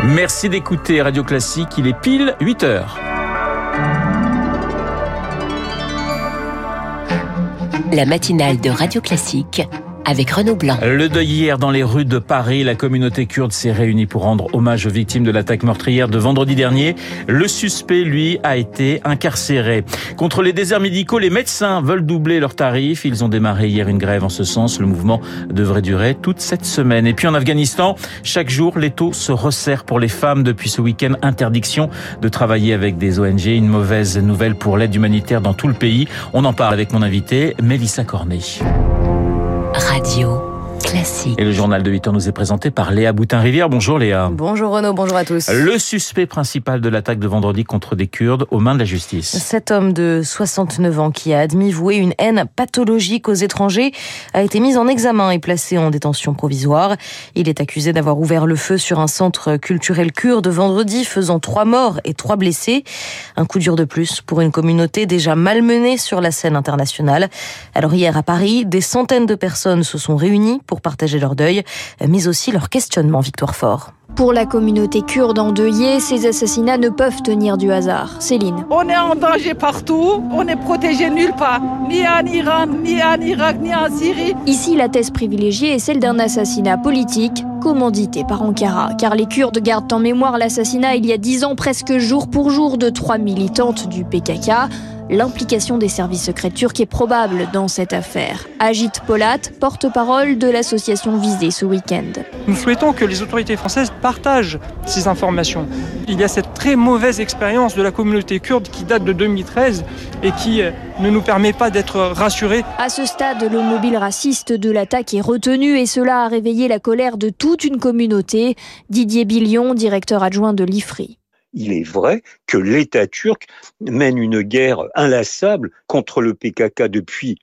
Merci d'écouter Radio Classique, il est pile 8h. La matinale de Radio Classique avec Renaud Blanc. Le deuil hier dans les rues de Paris. La communauté kurde s'est réunie pour rendre hommage aux victimes de l'attaque meurtrière de vendredi dernier. Le suspect, lui, a été incarcéré. Contre les déserts médicaux, les médecins veulent doubler leurs tarifs. Ils ont démarré hier une grève en ce sens. Le mouvement devrait durer toute cette semaine. Et puis en Afghanistan, chaque jour, les taux se resserrent pour les femmes. Depuis ce week-end, interdiction de travailler avec des ONG. Une mauvaise nouvelle pour l'aide humanitaire dans tout le pays. On en parle avec mon invité, Mélissa Cornet. Radio Classique. Et le journal de 8h nous est présenté par Léa Boutin-Rivière. Bonjour Léa. Bonjour Renaud, bonjour à tous. Le suspect principal de l'attaque de vendredi contre des Kurdes aux mains de la justice. Cet homme de 69 ans qui a admis vouer une haine pathologique aux étrangers a été mis en examen et placé en détention provisoire. Il est accusé d'avoir ouvert le feu sur un centre culturel kurde vendredi, faisant 3 morts et 3 blessés. Un coup dur de plus pour une communauté déjà malmenée sur la scène internationale. Alors hier à Paris, des centaines de personnes se sont réunies pour partager leur deuil, mais aussi leur questionnement. Victoire Fort. Pour la communauté kurde endeuillée, ces assassinats ne peuvent tenir du hasard. Céline. On est en danger partout, on n'est protégé nulle part, ni en Iran, ni en Irak, ni en Syrie. Ici, la thèse privilégiée est celle d'un assassinat politique commandité par Ankara. Car les Kurdes gardent en mémoire l'assassinat il y a 10 ans, presque jour pour jour, de 3 militantes du PKK. L'implication des services secrets turcs est probable dans cette affaire. Agit Polat, porte-parole de l'association visée ce week-end. Nous souhaitons que les autorités françaises partagent ces informations. Il y a cette très mauvaise expérience de la communauté kurde qui date de 2013 et qui ne nous permet pas d'être rassurés. À ce stade, le mobile raciste de l'attaque est retenu et cela a réveillé la colère de toute une communauté. Didier Billion, directeur adjoint de l'IFRI. Il est vrai que l'État turc mène une guerre inlassable contre le PKK depuis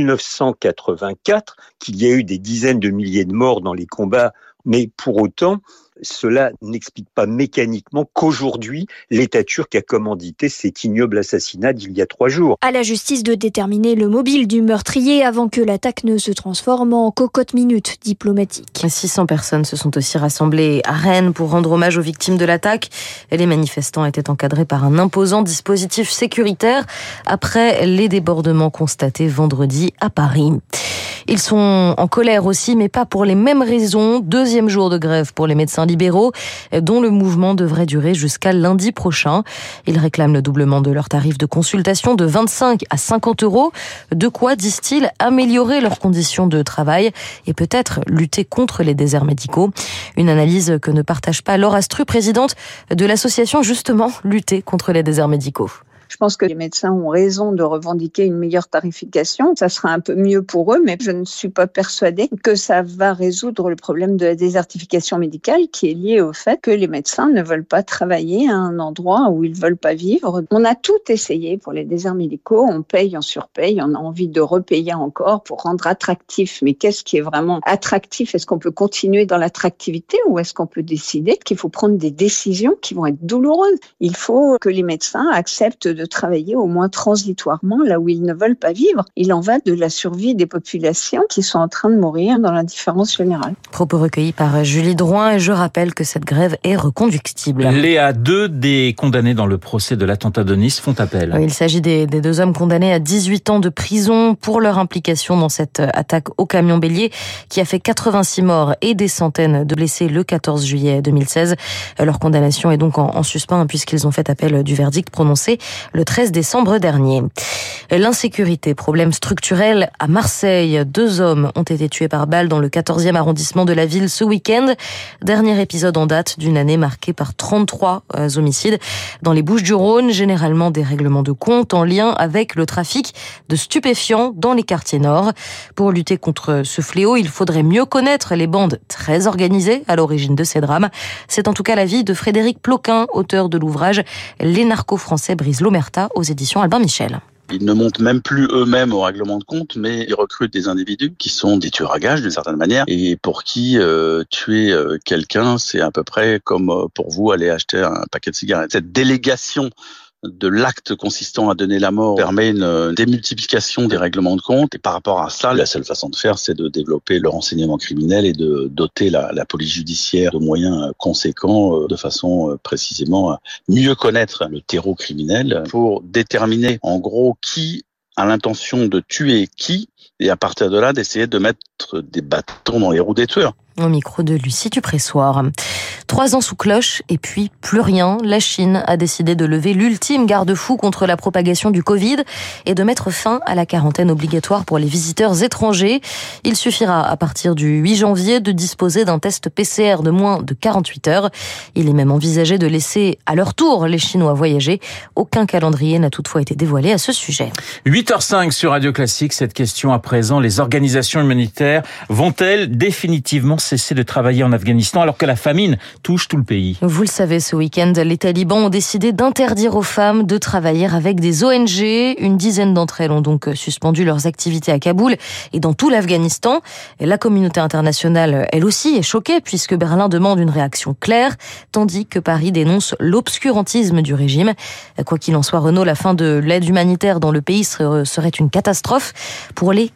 1984, qu'il y a eu des dizaines de milliers de morts dans les combats, mais pour autant, cela n'explique pas mécaniquement qu'aujourd'hui, l'État turc a commandité cet ignoble assassinat d'il y a 3 jours. À la justice de déterminer le mobile du meurtrier avant que l'attaque ne se transforme en cocotte-minute diplomatique. 600 personnes se sont aussi rassemblées à Rennes pour rendre hommage aux victimes de l'attaque. Les manifestants étaient encadrés par un imposant dispositif sécuritaire après les débordements constatés vendredi à Paris. Ils sont en colère aussi, mais pas pour les mêmes raisons. 2e jour de grève pour les médecins libéraux, dont le mouvement devrait durer jusqu'à lundi prochain. Ils réclament le doublement de leur tarif de consultation de 25 à 50 €. De quoi, disent-ils, améliorer leurs conditions de travail et peut-être lutter contre les déserts médicaux. Une analyse que ne partage pas Laure Astru, présidente de l'association justement Lutter contre les déserts médicaux. Je pense que les médecins ont raison de revendiquer une meilleure tarification. Ça sera un peu mieux pour eux, mais je ne suis pas persuadée que ça va résoudre le problème de la désertification médicale qui est lié au fait que les médecins ne veulent pas travailler à un endroit où ils ne veulent pas vivre. On a tout essayé pour les déserts médicaux. On paye, on surpaye, on a envie de repayer encore pour rendre attractif. Mais qu'est-ce qui est vraiment attractif? Est-ce qu'on peut continuer dans l'attractivité ou est-ce qu'on peut décider qu'il faut prendre des décisions qui vont être douloureuses? Il faut que les médecins acceptent de travailler au moins transitoirement là où ils ne veulent pas vivre. Il en va de la survie des populations qui sont en train de mourir dans l'indifférence générale. Propos recueillis par Julie Drouin et je rappelle que cette grève est reconductible. Léa, 2 des condamnés dans le procès de l'attentat de Nice font appel. Il s'agit des 2 hommes condamnés à 18 ans de prison pour leur implication dans cette attaque au camion bélier qui a fait 86 morts et des centaines de blessés le 14 juillet 2016. Leur condamnation est donc en suspens puisqu'ils ont fait appel du verdict prononcé le 13 décembre dernier. L'insécurité, problème structurel à Marseille. 2 hommes ont été tués par balle dans le 14e arrondissement de la ville ce week-end. Dernier épisode en date d'une année marquée par 33 homicides dans les Bouches-du-Rhône, généralement des règlements de compte en lien avec le trafic de stupéfiants dans les quartiers nord. Pour lutter contre ce fléau, il faudrait mieux connaître les bandes très organisées à l'origine de ces drames. C'est en tout cas l'avis de Frédéric Ploquin, auteur de l'ouvrage « Les narcos français brisent l'omerta » aux éditions Albin Michel. Ils ne montent même plus eux-mêmes au règlement de compte, mais ils recrutent des individus qui sont des tueurs à gages d'une certaine manière et pour qui tuer quelqu'un, c'est à peu près comme pour vous aller acheter un paquet de cigarettes. Cette délégation de l'acte consistant à donner la mort permet une démultiplication des règlements de compte. Et par rapport à ça, la seule façon de faire, c'est de développer le renseignement criminel et de doter la police judiciaire de moyens conséquents de façon précisément à mieux connaître le terreau criminel pour déterminer en gros qui a l'intention de tuer qui et à partir de là d'essayer de mettre des bâtons dans les roues des tueurs. Au micro de Lucie Dupressoir. 3 ans sous cloche et puis plus rien. La Chine a décidé de lever l'ultime garde-fou contre la propagation du Covid et de mettre fin à la quarantaine obligatoire pour les visiteurs étrangers. Il suffira à partir du 8 janvier de disposer d'un test PCR de moins de 48 heures. Il est même envisagé de laisser à leur tour les Chinois voyager. Aucun calendrier n'a toutefois été dévoilé à ce sujet. 8h05 sur Radio Classique. Cette question à présent, les organisations humanitaires vont-elles définitivement cesser de travailler en Afghanistan alors que la famine touche tout le pays? Vous le savez, ce week-end, les talibans ont décidé d'interdire aux femmes de travailler avec des ONG. Une dizaine d'entre elles ont donc suspendu leurs activités à Kaboul et dans tout l'Afghanistan. Et la communauté internationale, elle aussi, est choquée puisque Berlin demande une réaction claire, tandis que Paris dénonce l'obscurantisme du régime. Quoi qu'il en soit, Renaud, la fin de l'aide humanitaire dans le pays serait une catastrophe pour les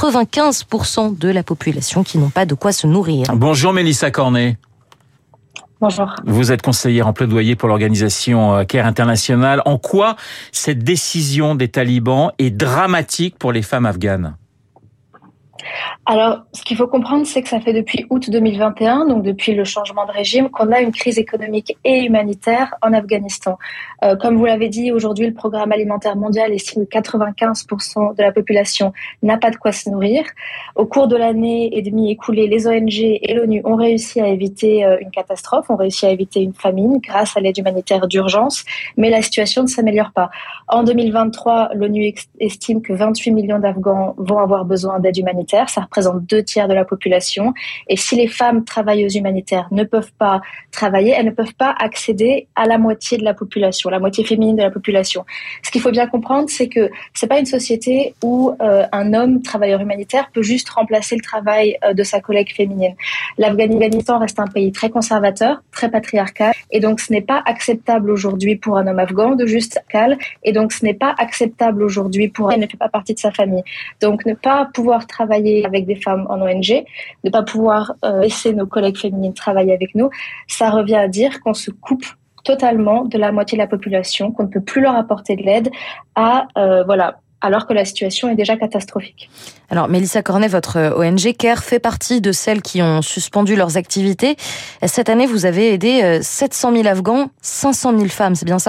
95% de la population qui n'ont pas de quoi se nourrir. Bonjour Mélissa Cornet. Bonjour. Vous êtes conseillère en plaidoyer pour l'organisation CARE International. En quoi cette décision des talibans est dramatique pour les femmes afghanes ? Alors, ce qu'il faut comprendre, c'est que ça fait depuis août 2021, donc depuis le changement de régime, qu'on a une crise économique et humanitaire en Afghanistan. Comme vous l'avez dit, aujourd'hui, le Programme alimentaire mondial estime que 95% de la population n'a pas de quoi se nourrir. Au cours de l'année et demie écoulée, les ONG et l'ONU ont réussi à éviter une catastrophe, ont réussi à éviter une famine grâce à l'aide humanitaire d'urgence, mais la situation ne s'améliore pas. En 2023, l'ONU estime que 28 millions d'Afghans vont avoir besoin d'aide humanitaire. Ça représente 2/3 de la population. Et si les femmes travailleuses humanitaires ne peuvent pas travailler, elles ne peuvent pas accéder à la moitié de la population, la moitié féminine de la population. Ce qu'il faut bien comprendre, c'est que c'est pas une société où un homme travailleur humanitaire peut juste remplacer le travail de sa collègue féminine. L'Afghanistan reste un pays très conservateur, très patriarcal, et donc ce n'est pas acceptable aujourd'hui pour un homme afghan de juste cal, et donc ce n'est pas acceptable aujourd'hui pour elle ne fait pas partie de sa famille. Donc ne pas pouvoir travailler avec des femmes en ONG, ne pas pouvoir laisser nos collègues féminines travailler avec nous, ça revient à dire qu'on se coupe totalement de la moitié de la population, qu'on ne peut plus leur apporter de l'aide alors que la situation est déjà catastrophique. Alors, Mélissa Cornet, votre ONG CARE fait partie de celles qui ont suspendu leurs activités. Cette année, vous avez aidé 700 000 Afghans, 500 000 femmes, c'est bien ça ?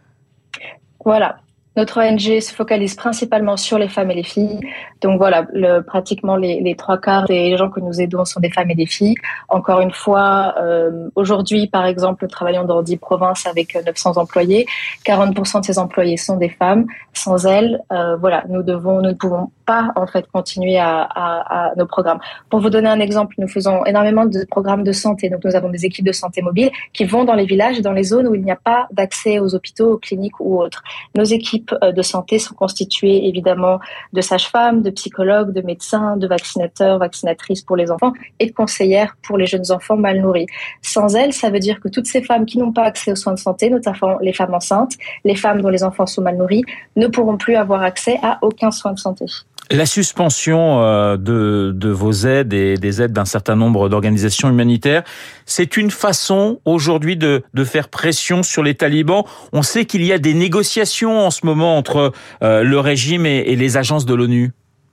Voilà. Notre ONG se focalise principalement sur les femmes et les filles. Donc voilà, pratiquement les 3/4 des gens que nous aidons sont des femmes et des filles. Encore une fois, aujourd'hui, par exemple, nous travaillons dans 10 provinces avec 900 employés. 40% de ces employés sont des femmes. Sans elles, nous ne pouvons pas en fait continuer à nos programmes. Pour vous donner un exemple, nous faisons énormément de programmes de santé. Donc nous avons des équipes de santé mobiles qui vont dans les villages et dans les zones où il n'y a pas d'accès aux hôpitaux, aux cliniques ou autres. Nos équipes de santé sont constituées évidemment de sages-femmes, de psychologues, de médecins, de vaccinateurs, vaccinatrices pour les enfants et de conseillères pour les jeunes enfants mal nourris. Sans elles, ça veut dire que toutes ces femmes qui n'ont pas accès aux soins de santé, notamment les femmes enceintes, les femmes dont les enfants sont mal nourris, ne pourront plus avoir accès à aucun soin de santé. La suspension de vos aides et des aides d'un certain nombre d'organisations humanitaires, c'est une façon aujourd'hui de faire pression sur les talibans. On sait qu'il y a des négociations en ce moment entre le régime et les agences de l'ONU.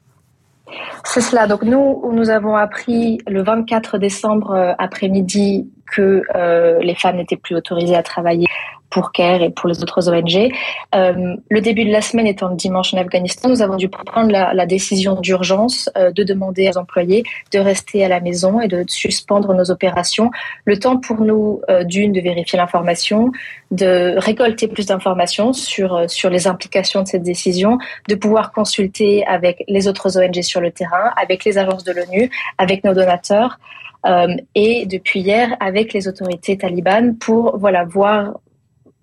C'est cela. Donc nous avons appris le 24 décembre après-midi que les femmes n'étaient plus autorisées à travailler pour CARE et pour les autres ONG. Le début de la semaine étant le dimanche en Afghanistan, nous avons dû prendre la décision d'urgence de demander aux employés de rester à la maison et de suspendre nos opérations. Le temps pour nous, de vérifier l'information, de récolter plus d'informations sur les implications de cette décision, de pouvoir consulter avec les autres ONG sur le terrain, avec les agences de l'ONU, avec nos donateurs, et depuis hier avec les autorités talibanes pour voir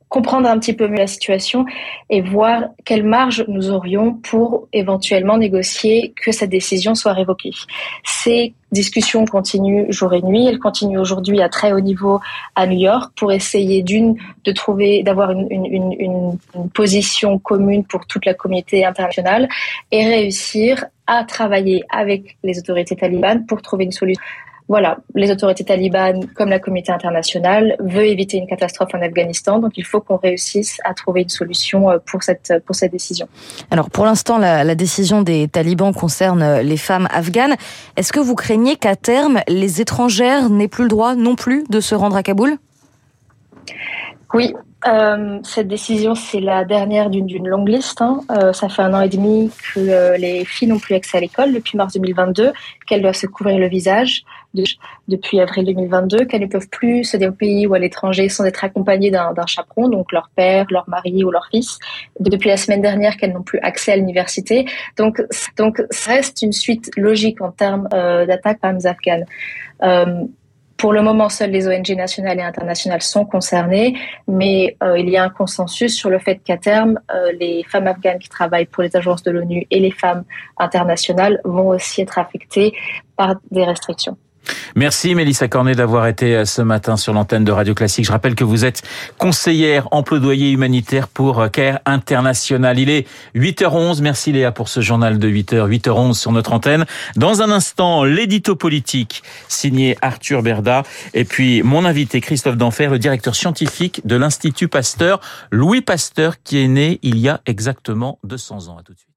comprendre un petit peu mieux la situation et voir quelle marge nous aurions pour éventuellement négocier que cette décision soit révoquée. Ces discussions continuent jour et nuit. Elles continuent aujourd'hui à très haut niveau à New York pour essayer d'avoir une position commune pour toute la communauté internationale et réussir à travailler avec les autorités talibanes pour trouver une solution. Voilà, les autorités talibanes, comme la communauté internationale, veulent éviter une catastrophe en Afghanistan. Donc, il faut qu'on réussisse à trouver une solution pour cette décision. Alors, pour l'instant, la décision des talibans concerne les femmes afghanes. Est-ce que vous craignez qu'à terme, les étrangères n'aient plus le droit non plus de se rendre à Kaboul ? Oui. Cette décision, c'est la dernière d'une longue liste. Ça fait 1 an et demi que les filles n'ont plus accès à l'école depuis mars 2022, qu'elles doivent se couvrir le visage depuis avril 2022, qu'elles ne peuvent plus se déplacer au pays ou à l'étranger sans être accompagnées d'un chaperon, donc leur père, leur mari ou leur fils. Depuis la semaine dernière, qu'elles n'ont plus accès à l'université. Donc, ça reste une suite logique en termes d'attaques femmes afghanes. Pour le moment, seules les ONG nationales et internationales sont concernées, mais il y a un consensus sur le fait qu'à terme, les femmes afghanes qui travaillent pour les agences de l'ONU et les femmes internationales vont aussi être affectées par des restrictions. Merci Mélissa Cornet d'avoir été ce matin sur l'antenne de Radio Classique. Je rappelle que vous êtes conseillère en plaidoyer humanitaire pour CARE International. Il est 8h11. Merci Léa pour ce journal de 8h11 sur notre antenne. Dans un instant, l'édito politique signé Arthur Berda. Et puis mon invité Christophe Denfert, le directeur scientifique de l'Institut Pasteur, Louis Pasteur, qui est né il y a exactement 200 ans. À tout de suite.